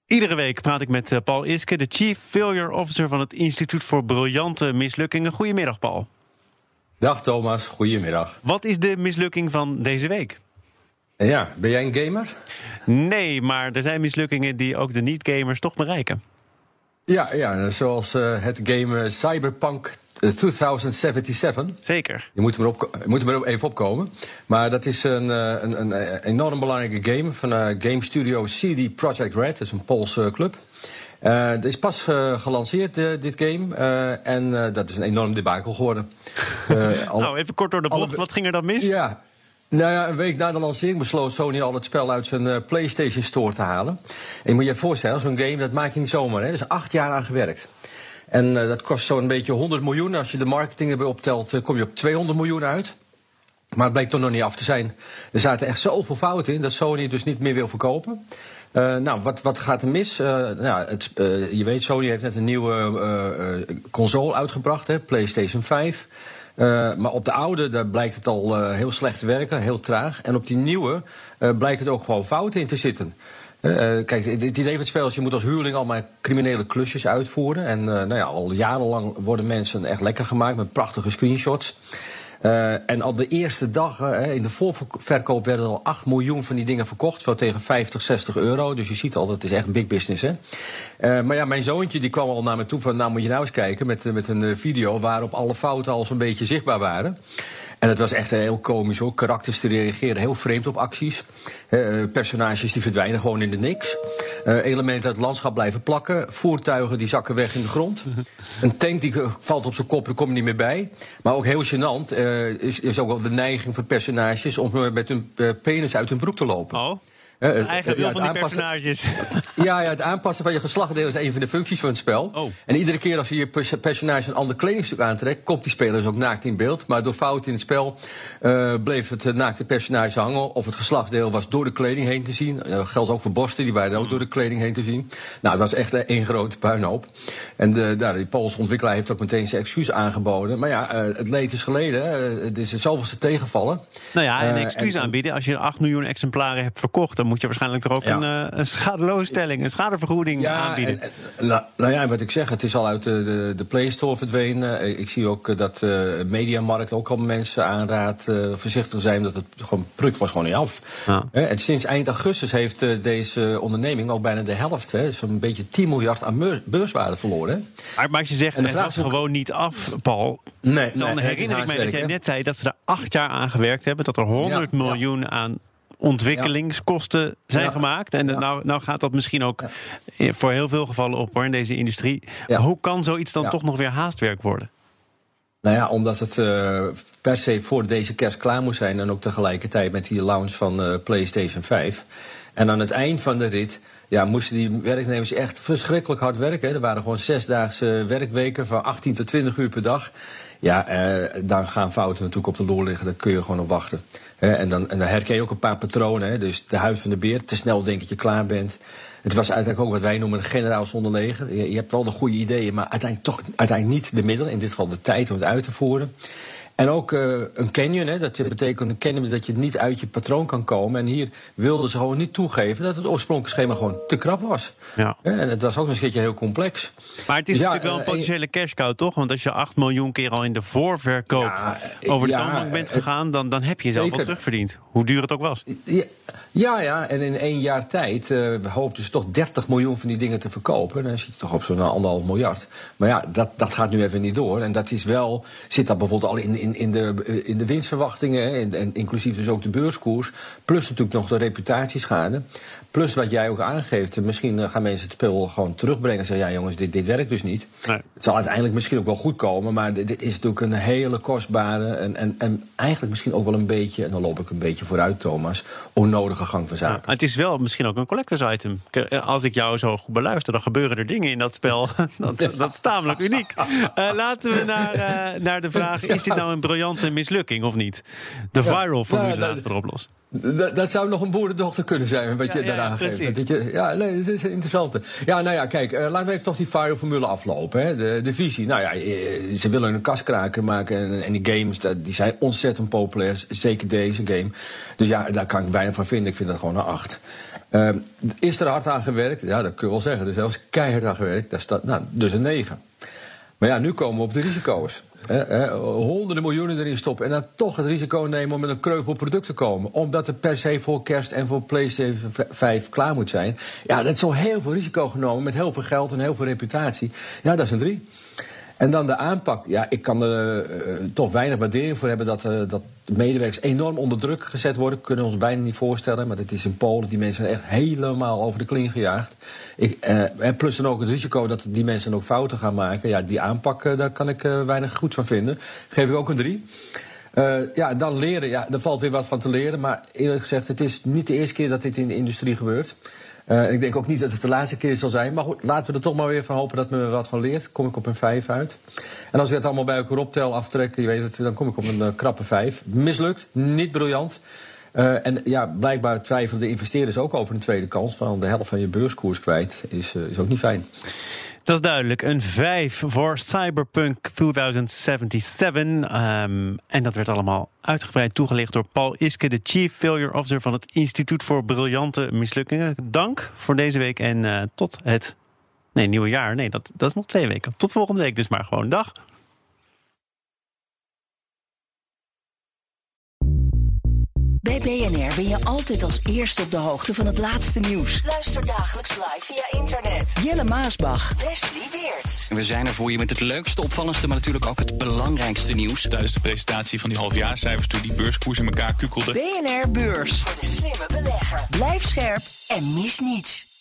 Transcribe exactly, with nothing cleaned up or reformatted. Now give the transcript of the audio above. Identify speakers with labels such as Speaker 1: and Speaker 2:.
Speaker 1: Iedere week praat ik met Paul Iske, de Chief Failure Officer van het Instituut voor Briljante Mislukkingen. Goedemiddag, Paul.
Speaker 2: Dag Thomas, goedemiddag.
Speaker 1: Wat is de mislukking van deze week?
Speaker 2: Ja, ben jij een gamer?
Speaker 1: Nee, maar er zijn mislukkingen die ook de niet-gamers toch bereiken.
Speaker 2: Ja, ja zoals uh, het game Cyberpunk tweeduizend zevenenzeventig.
Speaker 1: Zeker.
Speaker 2: Je moet er maar, op, moet er maar even opkomen. Maar dat is een, een, een enorm belangrijke game van uh, game studio C D Projekt Red. Dat is een Poolse club. Uh, het is pas uh, gelanceerd, uh, dit game. Uh, en uh, dat is een enorm debakel geworden. Uh, al,
Speaker 1: nou, even kort door de bocht. Wat ging er dan mis?
Speaker 2: Ja. Nou ja, een week na de lancering besloot Sony al het spel uit zijn uh, PlayStation Store te halen. En je moet je je voorstellen, zo'n game, dat maak je niet zomaar. Hè. Er is acht jaar aan gewerkt. En uh, dat kost zo'n beetje honderd miljoen. Als je de marketing erbij optelt, uh, kom je op tweehonderd miljoen uit. Maar het bleek toch nog niet af te zijn. Er zaten echt zoveel fouten in dat Sony dus niet meer wil verkopen. Uh, nou, wat, wat gaat er mis? Uh, nou, het, uh, je weet, Sony heeft net een nieuwe uh, uh, console uitgebracht, hè, PlayStation vijf. Uh, maar op de oude, daar blijkt het al uh, heel slecht te werken, heel traag. En op die nieuwe uh, blijkt het ook gewoon fouten in te zitten. Uh, kijk, het idee van het spel is, je moet als huurling al maar criminele klusjes uitvoeren. En uh, nou ja, al jarenlang worden mensen echt lekker gemaakt met prachtige screenshots. Uh, en al de eerste dag, uh, in de voorverkoop werden al acht miljoen van die dingen verkocht. Zo tegen vijftig, zestig euro. Dus je ziet al, dat is echt een big business, hè. Uh, maar ja, mijn zoontje die kwam al naar me toe van, nou moet je nou eens kijken met, met een video waarop alle fouten al zo'n beetje zichtbaar waren. En het was echt heel komisch hoor. Karakters die reageren heel vreemd op acties. Uh, personages die verdwijnen gewoon in de niks. Uh, elementen uit het landschap blijven plakken. Voertuigen die zakken weg in de grond. Een tank die valt op zijn kop, daar kom je niet meer bij. Maar ook heel gênant uh, is, is ook wel de neiging van personages om met hun uh, penis uit hun broek te lopen.
Speaker 1: Oh. Uh, het eigen wil ja, van die personages.
Speaker 2: Ja, ja, het aanpassen van je geslachtsdeel is een van de functies van het spel.
Speaker 1: Oh.
Speaker 2: En iedere keer als je je personage een ander kledingstuk aantrekt, komt die speler dus ook naakt in beeld. Maar door fouten in het spel uh, bleef het naakte personage hangen. Of het geslachtsdeel was door de kleding heen te zien. Dat uh, geldt ook voor borsten, die waren ook mm. door de kleding heen te zien. Nou, het was echt één grote puinhoop. En de, nou, die Poolse ontwikkelaar heeft ook meteen zijn excuus aangeboden. Maar ja, uh, het leed is geleden. Uh, het is een zoveelste tegenvallen.
Speaker 1: Nou ja, een excuus uh, en, aanbieden. Als je acht miljoen exemplaren hebt verkocht, dan moet je waarschijnlijk er ook ja. een, uh, een schadeloosstelling, een schadevergoeding ja, aanbieden. En,
Speaker 2: en, nou, nou ja, wat ik zeg, het is al uit de, de, de Play Store verdwenen. Ik zie ook dat de uh, Mediamarkt ook al mensen aanraadt uh, voorzichtig te zijn, dat het gewoon, het product was gewoon niet af. Ja. Uh, en sinds eind augustus heeft uh, deze onderneming ook bijna de helft, zo'n beetje tien miljard aan beurswaarde verloren. Hè.
Speaker 1: Maar, maar als je zegt, het was ook gewoon niet af, Paul, nee, dan nee, herinner ik mij dat jij net zei dat ze er acht jaar aan gewerkt hebben, dat er honderd ja, miljoen ja. aan ontwikkelingskosten zijn ja. gemaakt. En ja. nou, nou gaat dat misschien ook ja. voor heel veel gevallen op hoor, in deze industrie. Ja. Hoe kan zoiets dan ja. toch nog weer haastwerk worden?
Speaker 2: Nou ja, omdat het uh, per se voor deze kerst klaar moest zijn. En ook tegelijkertijd met die launch van uh, PlayStation vijf. En aan het eind van de rit ja, moesten die werknemers echt verschrikkelijk hard werken. Er waren gewoon zesdaagse werkweken van achttien tot twintig uur per dag. Ja, eh, dan gaan fouten natuurlijk op de loer liggen. Daar kun je gewoon op wachten. Eh, en, dan, en dan herken je ook een paar patronen. Hè. Dus de huid van de beer, te snel denken dat je klaar bent. Het was uiteindelijk ook wat wij noemen een generaal zonder leger. Je, je hebt wel de goede ideeën, maar uiteindelijk toch uiteindelijk niet de middelen. In dit geval de tijd om het uit te voeren. En ook uh, een canyon, hè, dat betekent een canyon dat je niet uit je patroon kan komen. En hier wilden ze gewoon niet toegeven dat het oorspronkelijke schema gewoon te krap was. Ja. En het was ook nog eens een keertje heel complex.
Speaker 1: Maar het is dus natuurlijk ja, wel een potentiële cash cow, toch? Want als je acht miljoen keer al in de voorverkoop ja, over de ja, toonbank bent gegaan, dan, dan heb je jezelf wel terugverdiend. Hoe duur het ook was.
Speaker 2: Ja, ja, ja. En in één jaar tijd uh, hoopten ze toch dertig miljoen van die dingen te verkopen. Dan zit je toch op zo'n anderhalf miljard. Maar ja, dat, dat gaat nu even niet door. En dat is wel, zit dat bijvoorbeeld al in, in In, in, de, in de winstverwachtingen, en, en inclusief dus ook de beurskoers. Plus natuurlijk nog de reputatieschade. Plus wat jij ook aangeeft, misschien gaan mensen het spel gewoon terugbrengen en zeggen, ja jongens, dit, dit werkt dus niet. Nee. Het zal uiteindelijk misschien ook wel goed komen, maar dit, dit is natuurlijk een hele kostbare en, en, en eigenlijk misschien ook wel een beetje, en dan loop ik een beetje vooruit Thomas, onnodige gang van zaken.
Speaker 1: Ja, het is wel misschien ook een collectors item. Als ik jou zo goed beluister, dan gebeuren er dingen in dat spel. dat, ja. dat is tamelijk uniek. Uh, laten we naar, uh, naar de vraag, is dit nou een briljante mislukking of niet? De viral formule ja, laten we oplossen.
Speaker 2: Dat, dat zou nog een boerendochter kunnen zijn, wat je ja, daaraan ja, geeft. Dat je, ja, nee, dat is interessant. Ja, nou ja, kijk, uh, laten we even toch die Fire-formule aflopen. Hè. De, de visie, nou ja, ze willen een kaskraker maken en, en die games, die zijn ontzettend populair. Zeker deze game. Dus ja, daar kan ik weinig van vinden. Ik vind dat gewoon een acht. Uh, is er hard aan gewerkt? Ja, dat kun je wel zeggen. Er is zelfs keihard aan gewerkt. Daar staat, nou, dus een negen. Maar ja, nu komen we op de risico's. He, he, honderden miljoenen erin stoppen en dan toch het risico nemen om met een kreupel product te komen. Omdat het per se voor kerst en voor PlayStation vijf klaar moet zijn. Ja, dat is al heel veel risico genomen met heel veel geld en heel veel reputatie. Ja, dat is een drie. En dan de aanpak. Ja, ik kan er uh, toch weinig waardering voor hebben dat, uh, dat de medewerkers enorm onder druk gezet worden. Kunnen we ons bijna niet voorstellen. Maar dit is in Polen. Die mensen zijn echt helemaal over de kling gejaagd. Ik, uh, en plus dan ook het risico dat die mensen ook fouten gaan maken. Ja, die aanpak, uh, daar kan ik uh, weinig goeds van vinden. Geef ik ook een drie. Uh, ja, dan leren. Ja, er valt weer wat van te leren. Maar eerlijk gezegd, het is niet de eerste keer dat dit in de industrie gebeurt. Uh, ik denk ook niet dat het de laatste keer zal zijn. Maar goed, laten we er toch maar weer van hopen dat men er wat van leert. Kom ik op een vijf uit. En als ik het allemaal bij elkaar optel, aftrek, je weet het, dan kom ik op een uh, krappe vijf. Mislukt, niet briljant. Uh, en ja, blijkbaar twijfelen de investeerders ook over een tweede kans. Van de helft van je beurskoers kwijt is, uh, is ook niet fijn.
Speaker 1: Dat is duidelijk. Een vijf voor Cyberpunk tweeduizend zevenenzeventig. Um, en dat werd allemaal uitgebreid toegelicht door Paul Iske, de Chief Failure Officer van het Instituut voor Briljante Mislukkingen. Dank voor deze week en uh, tot het nee, nieuwe jaar. Nee, dat, dat is nog twee weken. Tot volgende week dus maar gewoon. Dag.
Speaker 3: Bij B N R ben je altijd als eerste op de hoogte van het laatste nieuws. Luister dagelijks live via internet. Jelle Maasbach. Wesley Weerts.
Speaker 4: We zijn er voor je met het leukste, opvallendste, maar natuurlijk ook het belangrijkste nieuws.
Speaker 5: Tijdens de presentatie van die halfjaarcijfers toen die beurskoers in elkaar kukkelde.
Speaker 3: B N R Beurs. Voor de slimme belegger. Blijf scherp en mis niets.